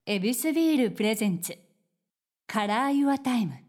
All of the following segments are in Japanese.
エビスビールプレゼンツカラーユアタイム。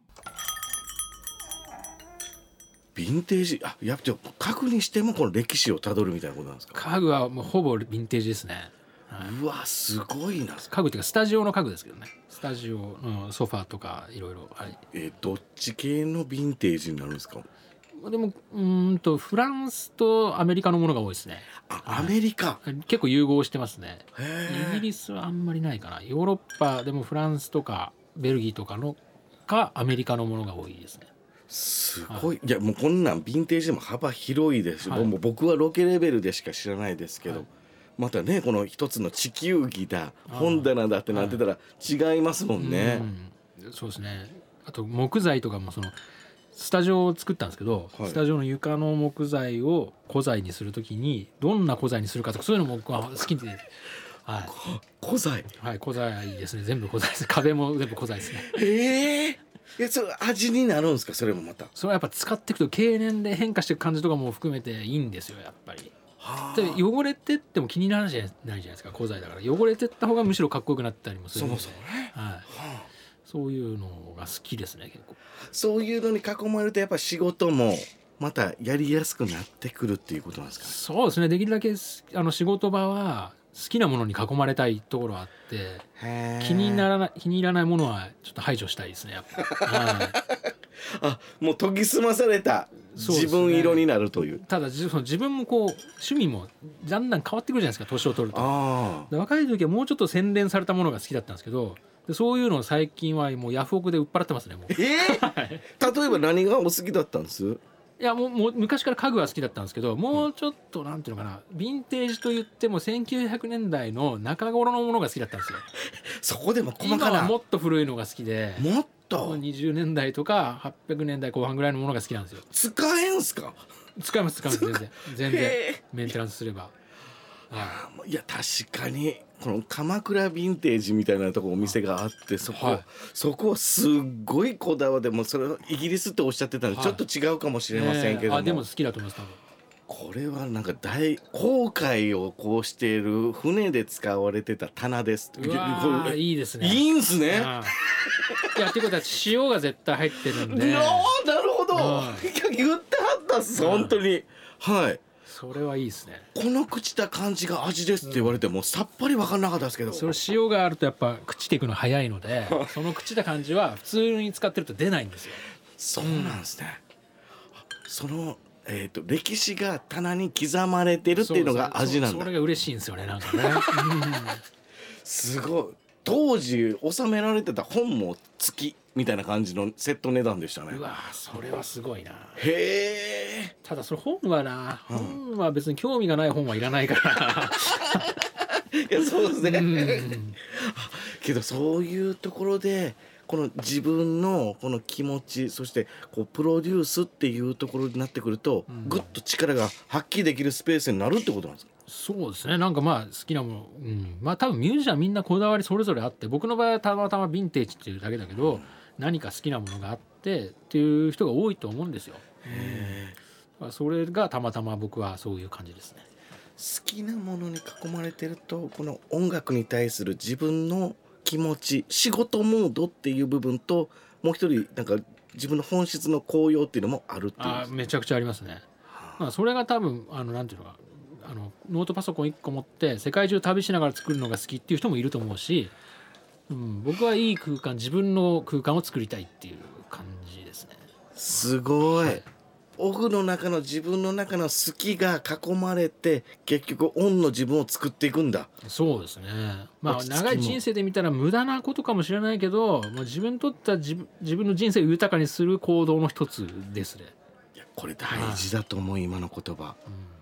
ヴィンテージ、やっぱ家具にしてもこの歴史をたどるみたいなことなんですか？ 家具はもうほぼヴィンテージですね、はい、 うわすごいな。 家具っていうかスタジオの家具ですけどね。スタジオ、ソファーとかいろいろ、はい、 どっち系のヴィンテージになるんですか？ でもフランスとアメリカのものが多いですね。 アメリカ、 結構融合してますね。 へーイギリスはあんまりないかな。ヨーロッパでもフランスとかベルギーとかのかアメリカのものが多いですね。 すごい、いやもうこんなんヴィンテージでも幅広いですし、 はい、 もう僕はロケレベルでしか知らないですけど、 はい、 またねこの一つの地球儀だ本棚だってなってたら違いますもんね、 そうですね。あと木材とかもスタジオを作ったんですけど、 はい、 スタジオの床の木材を古材にするときにどんな古材にするかとかそういうのも僕は好きで、はい、 古材、 はい、古材ですね。全部古材です。壁も全部古材ですね。 それ味になるんですか？それもまたそれはやっぱ使っていくと経年で変化していく感じとかも含めていいんですよやっぱり。で汚れてっても気にならないじゃないですか。古材だから汚れてった方がむしろかっこよくなったりもするので、 そもそもね、 はい、そういうのが好きですね結構。 そういうのに囲まれるとやっぱ仕事もまたやりやすくなってくるっていうことなんですかね？ そうですね。できるだけ仕事場は好きなものに囲まれたいところはあって気に入らないものはちょっと排除したいですねやっぱ、はい、 もう研ぎ澄まされた自分色になるという。 ただ自分も趣味もだんだん変わってくるじゃないですか年を取ると。で若い時はもうちょっと洗練されたものが好きだったんですけど、でそういうのを最近はもうヤフオクで売っ払ってますねもう。 例えば何がお好きだったんです？ いやもう昔から家具は好きだったんですけど、もうちょっとなんていうのかな、ヴィンテージといっても1900年代の中頃のものが好きだったんですよ。 そこでも細か今なはもっと古いのが好きで、 もっと 20年代とか800年代後半ぐらいのものが好きなんですよ。 使えんすか？ 使います全然メンテナンスすれば。 いや確かにこの鎌倉ヴィンテージみたいなとこお店があってそこはすっごいこだわりでもそれイギリスっておっしゃってたのでちょっと違うかもしれませんけども、 でも好きだと思います多分。 これはなんか大航海をこうしている船で使われてた棚です。 うわいいですね。 いいんすね。 いやっていうことは塩が絶対入ってるんで。 なるほど、言ってはったっす本当に。はい、 それはいいですね。 この朽ちた感じが味ですって言われてもさっぱり分かんなかったですけど、 それ塩があるとやっぱ朽ちていくの早いのでその朽ちた感じは普通に使ってると出ないんですよ。 そうなんですね、その歴史が棚に刻まれてるっていうのが味なんだ。 それが嬉しいんですよねなんかねすごい。当時収められてた本も付きみたいな感じのセット値段でしたね。 うわそれはすごいな。 へえ。 ただそれ本は別に興味がない本はいらないからいやそうですねけどそういうところでこの自分のこの気持ちそしてこうプロデュースっていうところになってくると、ぐっと力が発揮できるスペースになるってことなんですか？ そうですね。なんか好きなもの、まあ多分ミュージシャンみんなこだわりそれぞれあって、僕の場合はたまたまヴィンテージっていうだけだけど、何か好きなものがあってっていう人が多いと思うんですよ。それがたまたま僕はそういう感じですね。 好きなものに囲まれてるとこの音楽に対する自分の気持ち仕事モードっていう部分ともう一人なんか自分の本質の高揚っていうのもあるっていう。 めちゃくちゃありますね。それが多分なんていうのかノートパソコン1個持って世界中旅しながら作るのが好きっていう人もいると思うし、僕はいい空間自分の空間を作りたいっていう感じですね。 すごい、オフの中の自分の中の好きが囲まれて結局オンの自分を作っていくんだ。 そうですね。長い人生で見たら無駄なことかもしれないけど、自分にとっては自分の人生を豊かにする行動の一つですね。 いやこれ大事だと思う、今の言葉。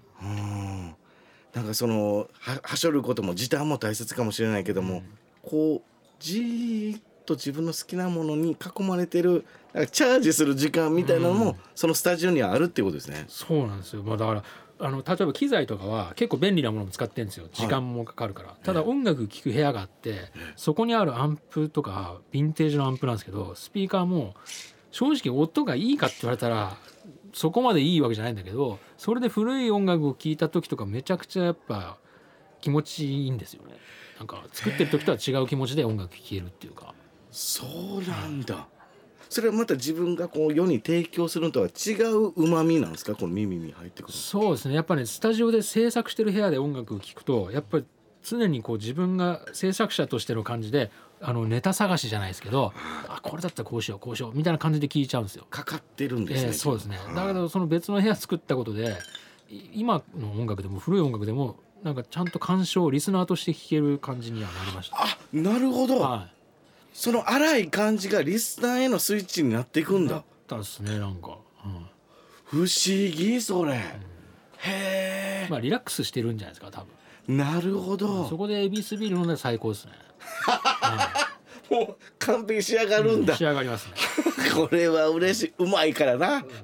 なんかそのはしょることも時短も大切かもしれないけども、こうじーっと自分の好きなものに囲まれてるなんかチャージする時間みたいなのも、そのスタジオにはあるっていうことですね。 そうなんですよ。だから例えば機材とかは結構便利なものも使ってるんですよ。時間もかかるから、ただ音楽聴く部屋があって、そこにあるアンプとかヴィンテージのアンプなんですけど、スピーカーも正直音がいいかって言われたらそこまでいいわけじゃないんだけど、それで古い音楽を聴いた時とかめちゃくちゃやっぱ気持ちいいんですよね。なんか作ってる時とは違う気持ちで音楽聴けるっていうか。 そうなんだ。それはまた自分がこう世に提供するのとは違う旨味なんですか、この耳に入ってくる。 そうですね、やっぱねスタジオで制作してる部屋で音楽を聴くとやっぱり常にこう自分が制作者としての感じでネタ探しじゃないですけど、これだったらこうしようみたいな感じで聴いちゃうんですよ。 かかってるんですね。 そうですね。だけどその別の部屋作ったことで今の音楽でも古い音楽でもなんかちゃんと鑑賞リスナーとして聴ける感じにはなりました。 あ、なるほど、 はい、 その荒い感じがリスナーへのスイッチになっていくんだ。 だったですね、なんか、 不思議それ、へえ、 まあリラックスしてるんじゃないですか多分。 なるほど、 そこでエビスビール飲んだら最高ですね。 もう完璧仕上がるんだ、 仕上がりますね。 これは嬉しい、うまいからな、 うまい。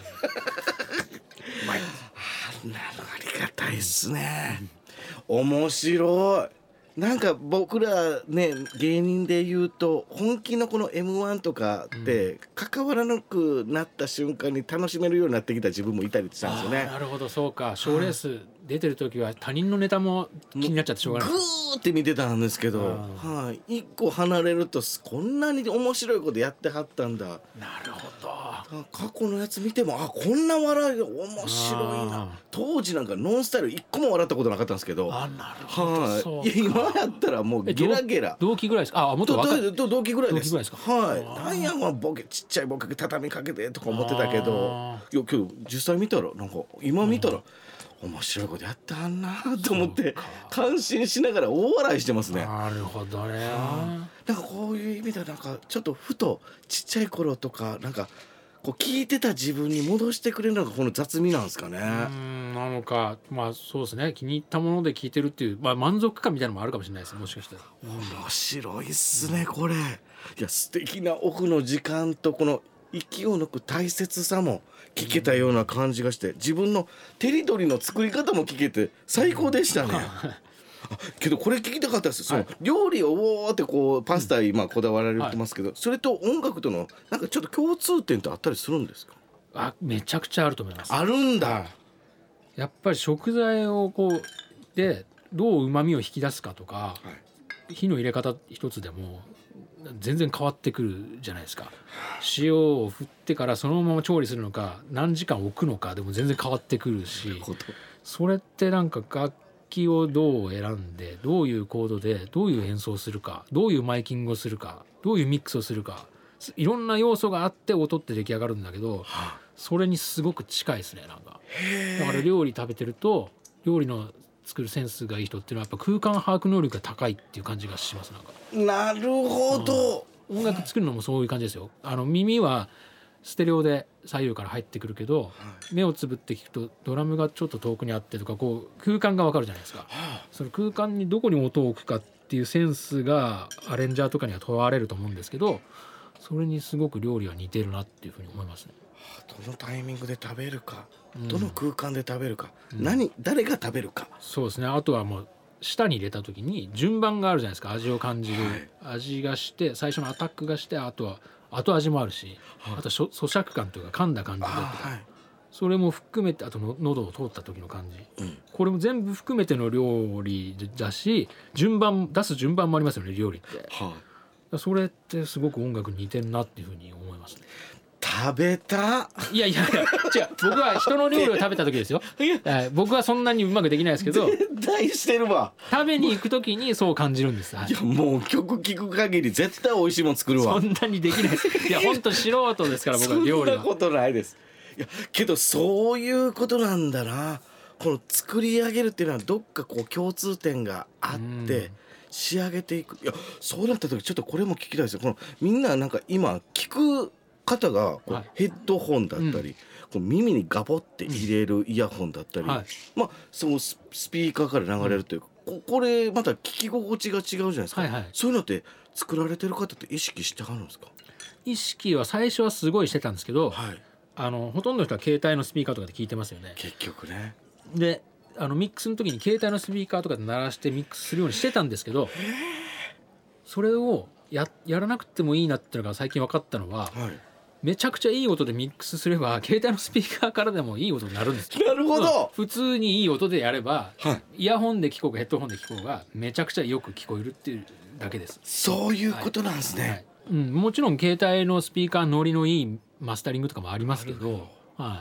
なる、ありがたいっすね、面白い。なんか僕らね芸人で言うと本気のこの M1 とかって関わらなくなった瞬間に楽しめるようになってきた自分もいたりしたんですよね。 なるほど、そうか。賞レース出てる時は他人のネタも気になっちゃってしょうがない。 グーって見てたんですけど、はい、一個離れるとこんなに面白いことやってはったんだ。 なるほど。 過去のやつ見てもこんな笑いが面白いな。当時なんかノンスタイル一個も笑ったことなかったんですけど、 なるほど、 はい、 そうか。 いや今やったらもうゲラゲラ。 同期ぐらいですか。もっと若い。 同期ぐらいです。 同期ぐらいですか。 はい。なんやちっちゃいボケ畳みかけてとか思ってたけど、いや今日実際見たらなんか今見たら面白いことやってはんなと思って感心しながら大笑いしてますね。 なるほどね。 なんかこういう意味ではなんかちょっとふとちっちゃい頃とかなんかこう聞いてた自分に戻してくれるのがこの雑味なんですかね。 なのか、まあそうですね。気に入ったもので聞いてるっていう、まあ満足感みたいなのもあるかもしれないですね。もしかしたら。 面白いっすね、これ。いや素敵なオフの時間とこの息を抜く大切さも聞けたような感じがして、自分のテリトリーの作り方も聞けて最高でしたね。けどこれ聞きたかったです。その料理をおーってこうパスタ今こだわられてますけど、それと音楽とのなんかちょっと共通点ってあったりするんですか？ めちゃくちゃあると思います。 あるんだ。 やっぱり食材をこうでどう旨味を引き出すかとか、火の入れ方一つでも全然変わってくるじゃないですか。塩を振ってからそのまま調理するのか何時間置くのかでも全然変わってくるし、それってなんか楽器をどう選んでどういうコードでどういう演奏するか、どういうマイキングをするか、どういうミックスをするか、いろんな要素があって音って出来上がるんだけど、それにすごく近いですね。なんかだから料理食べてると料理の作るセンスがいい人っていうのはやっぱ空間把握能力が高いっていう感じがします。なんかなるほど、 音楽作るのもそういう感じですよ。耳はステレオで左右から入ってくるけど、目をつぶって聞くとドラムがちょっと遠くにあってとかこう空間が分かるじゃないですか。その空間にどこに音を置くかっていうセンスがアレンジャーとかには問われると思うんですけど、それにすごく料理は似てるなっていうふうに思いますね。 どのタイミングで食べるか、どの空間で食べるか、誰が食べるか。 そうですね。あとはもう舌に入れた時に順番があるじゃないですか。味を感じる、味がして最初のアタックがして、あとは後味もあるし、あと咀嚼感というか噛んだ感じだとか、それも含めて、あとの喉を通った時の感じ、これも全部含めての料理だし、出す順番もありますよね、料理って、それってすごく音楽に似てるなっていうふうに思いますね。 食べた。 いや違う、僕は人の料理を食べた時ですよ。僕はそんなにうまくできないですけど、 絶対してるわ。 食べに行く時にそう感じるんです。 いやもう曲聴く限り絶対美味しいもん作るわ。 そんなにできないです。いや本当素人ですから僕は料理は。 そんなことないです。いやけどそういうことなんだな。この作り上げるっていうのはどっかこう共通点があって仕上げていく。いやそうなった時ちょっとこれも聞きたいですよ。このみんななんか今聞く方がこうヘッドホンだったり、こう耳にガボって入れるイヤホンだったり、まあそのスピーカーから流れるというか、これまた聞き心地が違うじゃないですか。そういうのって作られてる方って意識してはるんですか？ 意識は最初はすごいしてたんですけど、ほとんどの人は携帯のスピーカーとかで聞いてますよね。 結局ね。 でミックスの時に携帯のスピーカーとかで鳴らしてミックスするようにしてたんですけど、それをやらなくてもいいなっていうのが最近分かったのは、 めちゃくちゃいい音でミックスすれば携帯のスピーカーからでもいい音になるんですよ。 なるほど、 普通にいい音でやれば、 はい、 イヤホンで聞こうがヘッドホンで聞こうがめちゃくちゃよく聞こえるっていうだけです。 そういうことなんですね、 はい、うん、もちろん携帯のスピーカーノリのいいマスタリングとかもありますけど、はい、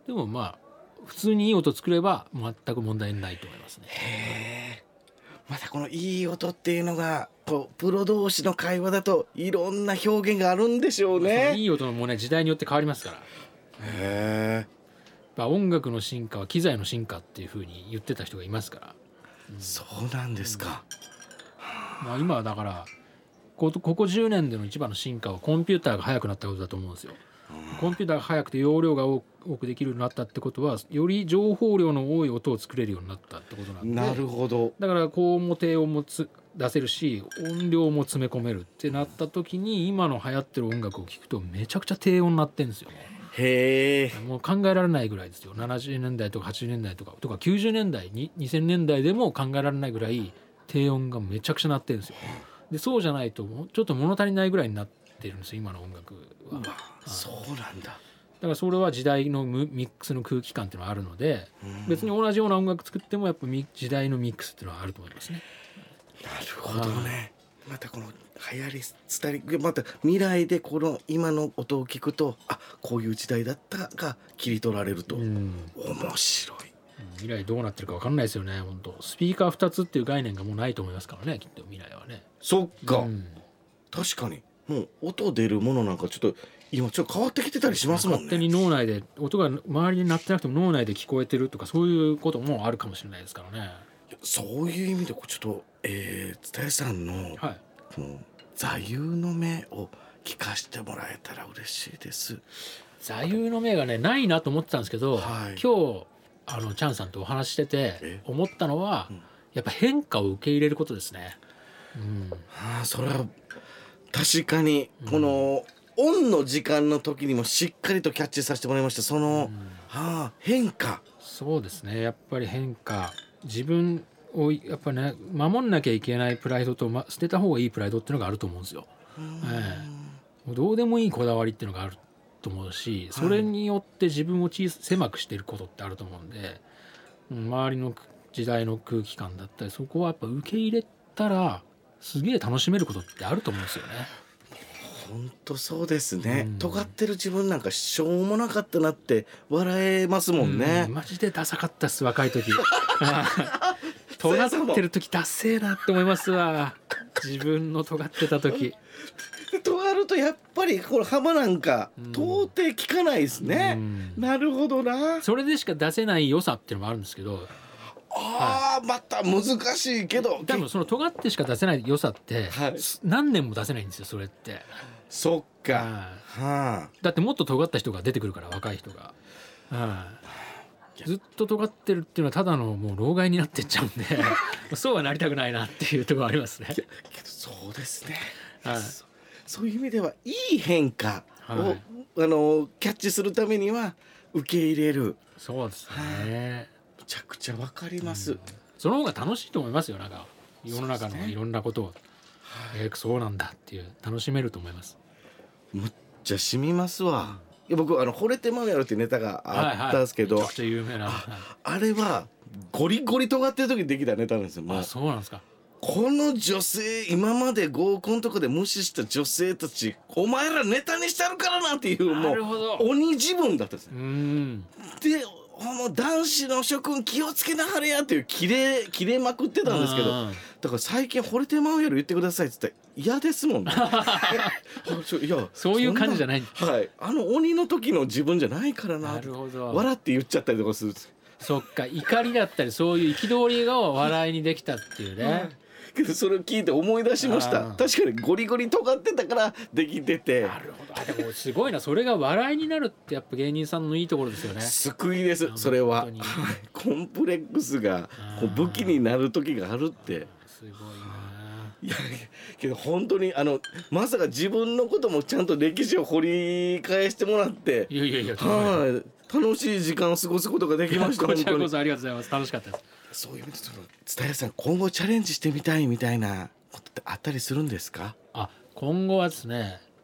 でもまあ普通にいい音作れば全く問題ないと思いますね。 へえ。またこのいい音っていうのがこうプロ同士の会話だといろんな表現があるんでしょうね。 いい音もね時代によって変わりますから。 へえ。 音楽の進化は機材の進化っていう風に言ってた人がいますから、 そうなんですか、 まあ、今はだからここ10年での一番の進化はコンピューターが速くなったことだと思うんですよ。コンピューターが速くて容量が多くできるようになったってことはより情報量の多い音を作れるようになったってことなんで、 なるほど。 だから高音も低音も出せるし音量も詰め込めるってなった時に今の流行ってる音楽を聴くとめちゃくちゃ低音になってるんですよね。 へえ。 もう考えられないぐらいですよ。70年代とか80年代とか90年代に2000年代でも考えられないぐらい低音がめちゃくちゃ鳴ってるんですよ。でそうじゃないとちょっと物足りないぐらいになってるんですよ今の音楽は。 そうなんだ。 だからそれは時代のミックスの空気感っていうのがあるので、別に同じような音楽作ってもやっぱ時代のミックスっていうのはあると思いますね。 なるほどね。またこの流行り伝りまた未来でこの今の音を聞くとこういう時代だったが切り取られると、面白い。 未来どうなってるか分かんないですよね。本当スピーカー2つっていう概念がもうないと思いますからねきっと未来はね。 そっか、確かにもう音出るものなんかちょっと今ちょっと変わってきてたりしますもんね。 勝手に脳内で音が周りに鳴ってなくても脳内で聞こえてるとかそういうこともあるかもしれないですからね。 そういう意味でちょっと蔦屋さんの、 はい、 この座右の銘を聞かせてもらえたら嬉しいです。 座右の銘がねないなと思ってたんですけど、 はい、 今日チャンさんとお話してて思ったのは、やっぱ変化を受け入れることですね。 それは確かにこの、オンの時間の時にもしっかりとキャッチさせてもらいました。その、変化。 そうですね。やっぱり変化、自分をやっぱね守んなきゃいけないプライドと、捨てた方がいいプライドっていうのがあると思うんですよ。もうどうでもいいこだわりっていうのがあると思うし、それによって自分を狭くしていることってあると思うんで、周りの時代の空気感だったりそこはやっぱ受け入れたらすげえ楽しめることってあると思うんですよね。 本当そうですね、尖ってる自分なんかしょうもなかったなって笑えますもんね。 マジでダサかったっす若い時尖ってる時ダセえなって思いますわ。自分の尖ってた時尖るとやっぱりこの幅なんか到底効かないですね。なるほどな。 それでしか出せない良さっていうのもあるんですけど、 また難しいけど多分その尖ってしか出せない良さって、何年も出せないんですよそれって。 そっか、 だってもっと尖った人が出てくるから若い人が、ずっと尖ってるっていうのはただのもう老害になってっちゃうんでそうはなりたくないなっていうところありますね。 けどそうですね、そういう意味ではいい変化を、キャッチするためには受け入れる。 そうですね、 めちゃくちゃわかります、 その方が楽しいと思いますよ。なんか世の中のいろんなことを、そうなんだっていう楽しめると思います。 むっちゃ染みますわ。いや僕惚れてまうやろっていうネタがあったんですけど、 めちゃくちゃ有名な、 あれはゴリゴリ尖ってる時にできたネタなんですよ。もうそうなんですか。 この女性今まで合コンとかで無視した女性たちお前らネタにしてあるからなっていう、もう鬼自分だったんですね。でもう男子の諸君気をつけなはれやっていう切れまくってたんですけど、だから最近惚れてまうやろ言ってくださいって言ったら嫌ですもんねいやそういう感じじゃない。 鬼の時の自分じゃないからな。 なるほど。 笑って言っちゃったりとかする。 そっか、怒りだったりそういう憤りが笑いにできたっていうねけどそれを聞いて思い出しました。確かにゴリゴリ尖ってたからできてて。 なるほど。でもすごいな、それが笑いになるってやっぱ芸人さんのいいところですよね。 救いです。それはコンプレックスが武器になる時があるって。 すごいな。 いやけど本当にまさか自分のこともちゃんと歴史を掘り返してもらって、 いや楽しい時間を過ごすことができました。 こちらこそありがとうございます。楽しかったです。 そういう意味で蔦屋さん今後チャレンジしてみたいみたいなことってあったりするんですか？ 今後はですね、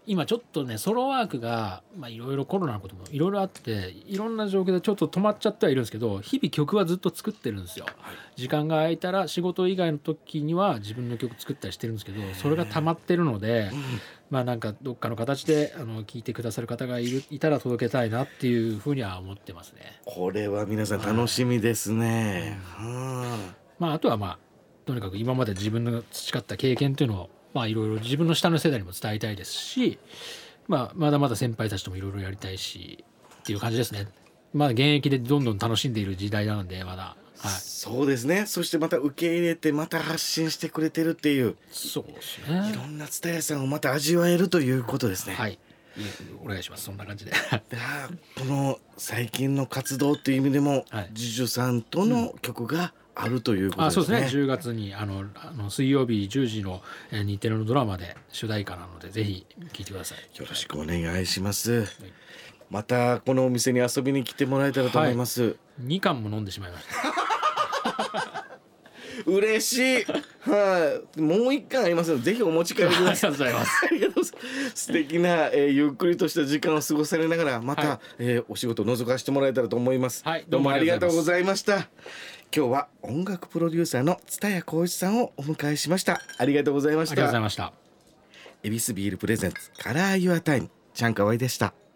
今ちょっとねソロワークがいろいろコロナのこともいろいろあっていろんな状況でちょっと止まっちゃってはいるんですけど、日々曲はずっと作ってるんですよ。時間が空いたら仕事以外の時には自分の曲作ったりしてるんですけど、それが溜まってるので、なんかどっかの形で聴いてくださる方がいたら届けたいなっていうふうには思ってますね。 これは皆さん楽しみですね。 あとはとにかく今まで自分の培った経験というのをいろいろ自分の下の世代にも伝えたいですし、まだまだ先輩たちともいろいろやりたいしっていう感じですね。現役でどんどん楽しんでいる時代なのでまだ、 そうですね。そしてまた受け入れてまた発信してくれてるっていう、 そうですね。 いろんな蔦屋さんをまた味わえるということですね。 はい、お願いします。そんな感じでこの最近の活動という意味でも、JUJUさんとの曲があるということですね。 そうですね。10月に水曜日10時の日テレのドラマで主題歌なのでぜひ聴いてください。 よろしくお願いします。またこのお店に遊びに来てもらえたらと思います。 2缶も飲んでしまいました嬉しい。もう一貫ありますのでぜひお持ち帰りください。 ありがとうございます。 ありがとうございます。素敵な、ゆっくりとした時間を過ごされながらまた、お仕事を覗かせてもらえたらと思います。どうもありがとうございました。今日は音楽プロデューサーの蔦谷好位さんをお迎えしました。ありがとうございました。 ありがとうございました。 恵比寿ビールプレゼンツカラーユアタイム、チャンカワイでした。